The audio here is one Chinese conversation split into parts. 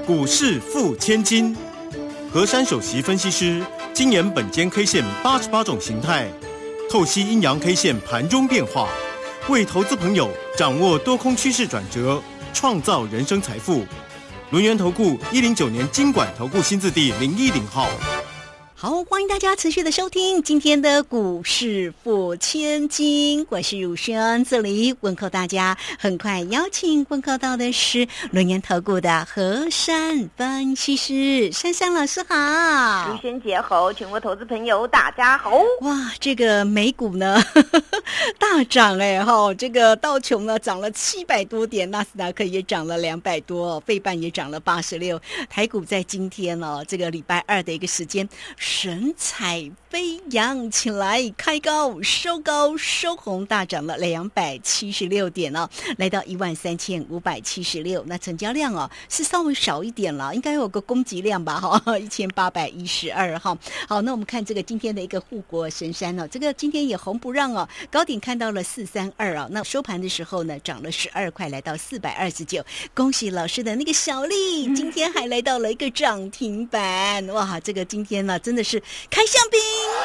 股市付千金，和山首席分析师精研本间 K 线88种形态，透析阴阳 K 线盘中变化，为投资朋友掌握多空趋势转折，创造人生财富。轮源投顾109年金管投顾新字第010号。 好，欢迎大家持续的收听今天的股市付千金，我是汝轩，这里问候大家。很快邀请问候到的是轮源投顾的和山分析师珊珊老师好。 汝轩姐好，全国投资朋友大家好。 哇，这个美股呢大涨这个道琼呢涨了700多点，纳斯达克也涨了200多，费半也涨了86，台股在今天这个礼拜二的一个时间神采飞扬起来，开高收高收红，大涨了276点来到13576。那成交量是稍微少一点了，应该有个供给量吧1812号。好，那我们看这个今天的一个护国神山这个今天也红不让高点看到了432那收盘的时候呢涨了12块，来到429。恭喜老师的那个小丽今天还来到了一个涨停板。哇，这个今天呢真的是开香槟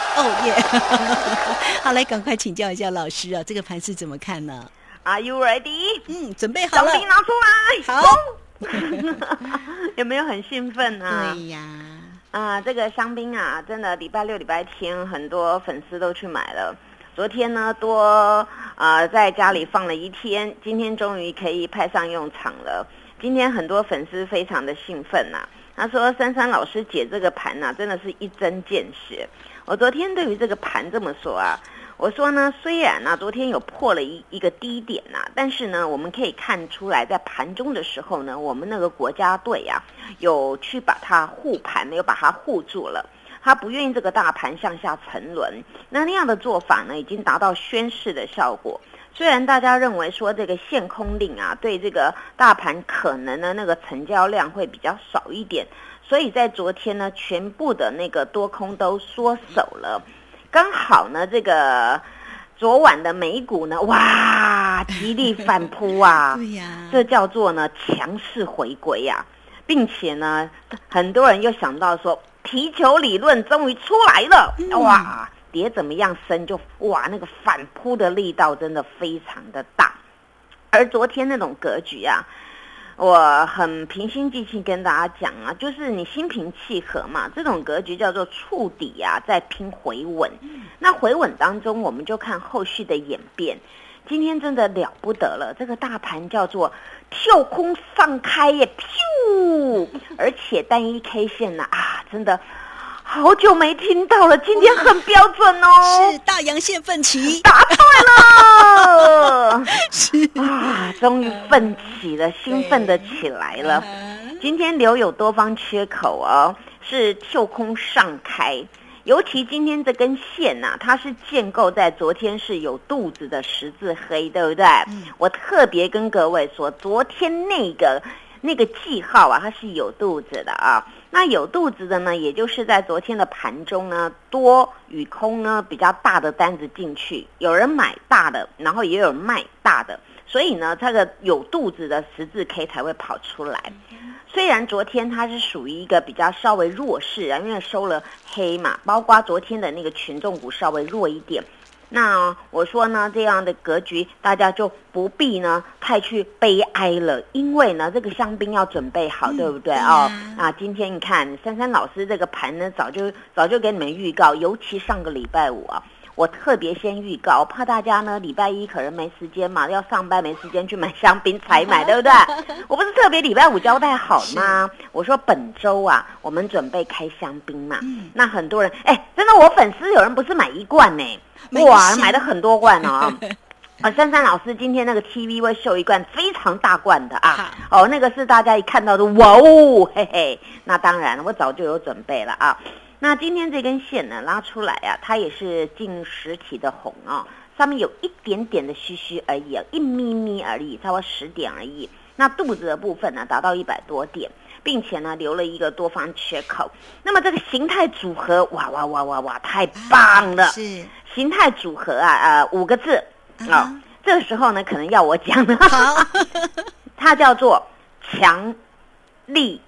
好，来赶快请教一下老师这个盘势怎么看呢？ Are you ready？ 准备好了， 香槟拿出来。 好有没有很兴奋啊？ 对呀这个香槟真的礼拜六礼拜天很多粉丝都去买了。昨天呢多在家里放了一天，今天终于可以派上用场了。今天很多粉丝非常的兴奋他说珊珊老师解这个盘真的是一针见血。我昨天对于这个盘这么说我说呢，虽然昨天有破了一个低点但是呢我们可以看出来在盘中的时候呢，我们那个国家队有去把它护盘，有把它护住了，他不愿意这个大盘向下沉沦。那样的做法呢已经达到宣示的效果。虽然大家认为说这个限空令对这个大盘可能的那个成交量会比较少一点，所以在昨天呢全部的那个多空都缩手了。刚好呢这个昨晚的美股呢哇极力反扑对呀， 这叫做呢强势回归并且呢很多人又想到说皮球理论终于出来了哇，跌怎么样升就那个反扑的力道真的非常的大。而昨天那种格局我很平心静气跟大家讲就是你心平气和嘛，这种格局叫做触底在拼回稳。那回稳当中我们就看后续的演变。今天真的了不得了，这个大盘叫做跳空上开耶，噗！而且单一 K 线真的好久没听到了，今天很标准是大阳线奋起， 答对了是终于奋起了，兴奋的起来了。今天留有多方缺口是跳空上开。尤其今天这根线它是建构在昨天是有肚子的十字黑，对不对？我特别跟各位说，昨天那个记号它是有肚子的那有肚子的呢，也就是在昨天的盘中呢，多与空呢比较大的单子进去，有人买大的，然后也有人卖大的，所以呢，这个有肚子的十字 K 才会跑出来。虽然昨天它是属于一个比较稍微弱势因为收了黑嘛，包括昨天的那个权重股稍微弱一点。那我说呢，这样的格局大家就不必呢太去悲哀了，因为呢这个香槟要准备好，对不对今天你看珊珊老师这个盘呢早就给你们预告，尤其上个礼拜五我特别先预告，怕大家呢礼拜一可能没时间嘛，要上班没时间去买香槟才买，对不对？我不是特别礼拜五交代好吗？我说本周我们准备开香槟嘛。那很多人真的我粉丝有人不是买1罐呢，哇买了很多罐珊珊老师今天那个 TV 会秀一罐非常大罐的那个是大家一看到的哇嘿嘿。那当然我早就有准备了那今天这根线呢拉出来它也是近实体的红上面有一点点的虚虚而已1咪咪而已，差不多10点而已。那肚子的部分呢达到100多点，并且呢留了一个多方缺口。那么这个形态组合哇太棒了是形态组合5个字这个时候呢可能要我讲了它叫做强力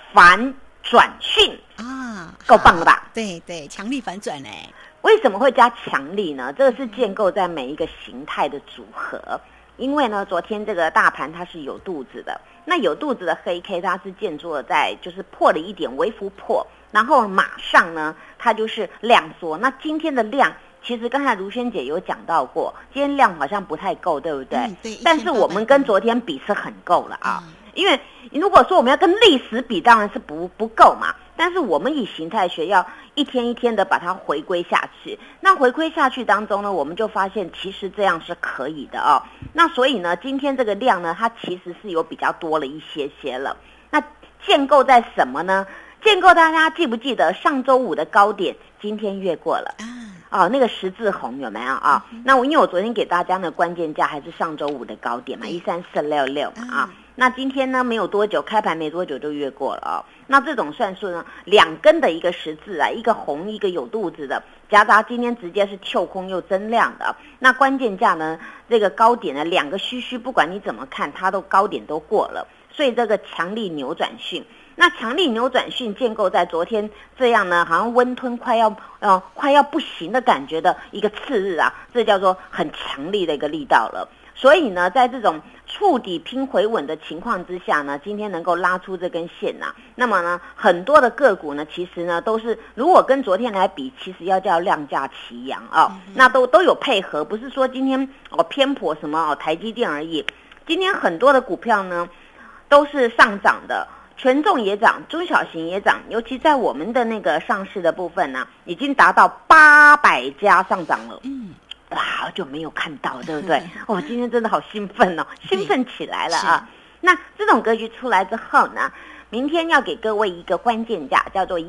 反转讯啊， 够棒了吧？ 对对，强力反转哎。 为什么会加强力呢？这个是建构在每一个形态的组合。因为呢，昨天这个大盘它是有肚子的，那有肚子的黑 K 它是建筑在就是破了一点微幅破，然后马上呢它就是量缩。那今天的量其实刚才如萱姐有讲到过，今天量好像不太够，对不对？ 对。 但是我们跟昨天比是很够了啊。因为如果说我们要跟历史比，当然是不够嘛。但是我们以形态学要一天一天的把它回归下去。那回归下去当中呢，我们就发现其实这样是可以的哦。那所以呢，今天这个量呢，它其实是有比较多了一些了。那建构在什么呢？建构大家记不记得上周五的高点，今天越过了那个十字红有没有啊？那因为我昨天给大家的关键价还是上周五的高点嘛，13466嘛那今天呢没有多久，开盘没多久就越过了那这种算数呢，2根的一个十字一个红一个有肚子的，夹杂今天直接是跳空又增量的。那关键价呢，这个高点呢2个虚虚，不管你怎么看，它都高点都过了，所以这个强力扭转讯。那强力扭转讯建构在昨天这样呢，好像温吞快要不行的感觉的一个次日这叫做很强力的一个力道了。所以呢，在这种触底拼回稳的情况之下呢，今天能够拉出这根线那么呢，很多的个股呢，其实呢都是如果跟昨天来比，其实要叫量价齐扬那都有配合，不是说今天偏颇什么台积电而已。今天很多的股票呢都是上涨的。权重也涨，中小型也涨，尤其在我们的那个上市的部分呢，已经达到800家上涨了。哇，好久没有看到，对不对？今天真的好兴奋兴奋起来了那这种格局出来之后呢，明天要给各位一个关键价，叫做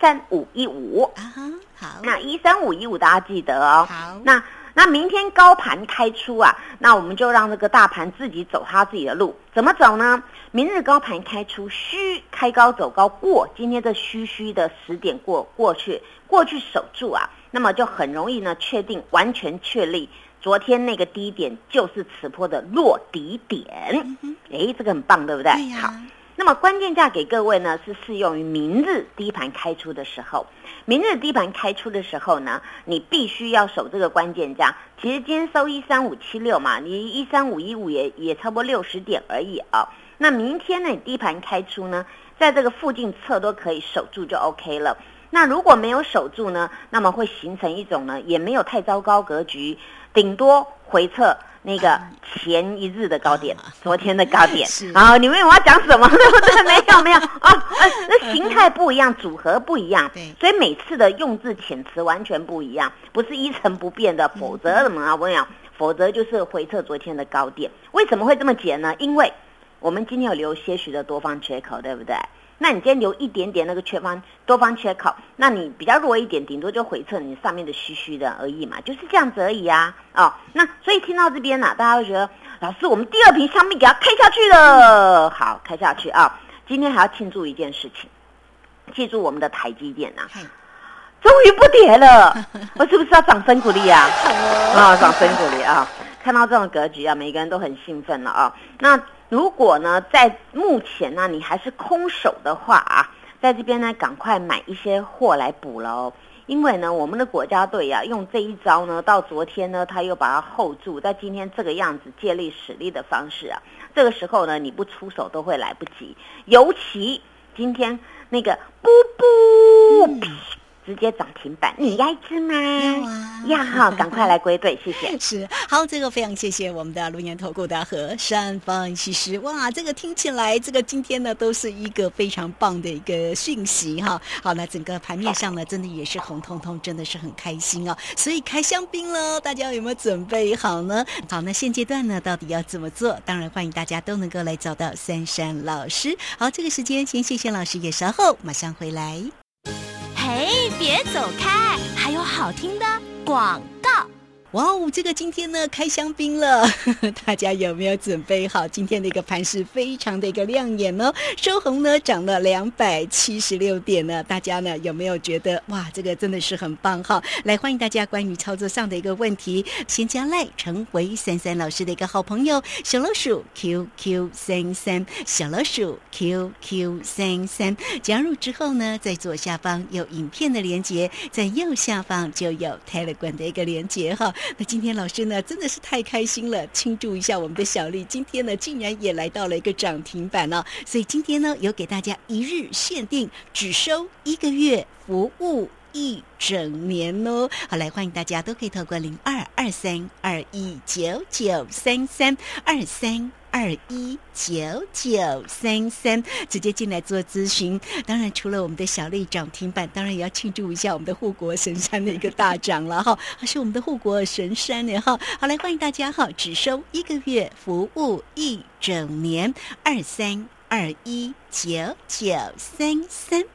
13515 好， 那13515大家记得好， 那明天高盘开出那我们就让这个大盘自己走它自己的路。怎么走呢？明日高盘开出，虚开高走高过今天这虚的10点过去守住那么就很容易呢确定完全确立昨天那个低点就是此波的落底点。这个很棒，对不对？ 对好，那么关键价给各位呢是适用于明日低盘开出的时候。明日低盘开出的时候呢，你必须要守这个关键价。其实今天收13576嘛，你13515也差不多60点而已那明天呢，你低盘开出呢，在这个附近测都可以守住就 OK 了。那如果没有守住呢，那么会形成一种呢，也没有太糟糕格局，顶多回测那个前一日的高点，昨天的高点你们我要讲什么对不对？没有那形态不一样，组合不一样，所以每次的用字遣词完全不一样，不是一成不变的，否则什么我跟你讲，否则就是回测昨天的高点。为什么会这么解呢？因为我们今天有留些许的多方缺口，对不对？那你今天留一点点那个多方缺口，那你比较弱一点，顶多就回测你上面的虚的而已嘛，就是这样子而已那所以听到这边大家会觉得老师，我们第2瓶香槟给它开下去了。好，开下去今天还要庆祝一件事情，记住我们的台积电终于不跌了，我是不是要掌声鼓励掌声鼓励看到这种格局每个人都很兴奋了那如果呢，在目前呢，你还是空手的话在这边呢，赶快买一些货来补了因为呢，我们的国家队用这一招呢，到昨天呢，他又把它 hold 住，在今天这个样子借力使力的方式这个时候呢，你不出手都会来不及。尤其今天那个直接涨停板，你要一只吗？要赶快来归队，谢谢。 是，好，这个非常谢谢我们的龙岩投顾的何山方析师。哇，这个听起来，这个今天呢都是一个非常棒的一个讯息好，那整个盘面上呢，真的也是红彤彤，真的是很开心所以开香槟了，大家有没有准备好呢？好，那现阶段呢，到底要怎么做？当然欢迎大家都能够来找到珊珊老师。好，这个时间先谢谢老师，也稍后马上回来。 嘿，别走开，还有好听的广告。 哇哦，这个今天呢开香槟了，大家有没有准备好？今天的一个盘势非常的一个亮眼哦，收红呢涨了276点呢，大家呢有没有觉得哇，这个真的是很棒哈？来，欢迎大家关于操作上的一个问题，先加赖成为33老师的一个好朋友，小老鼠 QQ33，小老鼠 QQ33，加入之后呢，在左下方有影片的连结，在右下方就有 Telegram 的一个连结哈。那今天老师呢真的是太开心了，庆祝一下我们的小丽，今天呢竟然也来到了一个涨停板哦，所以今天呢有给大家1日限定，只收1个月，服务1整年哦。好，来欢迎大家都可以透过022321993323219933直接进来做咨询。当然除了我们的小丽涨停板，当然也要庆祝一下我们的护国神山的一个大涨了哈，还是我们的护国神山呢哈。好，来欢迎大家哈，只收1个月，服务1整年，23219933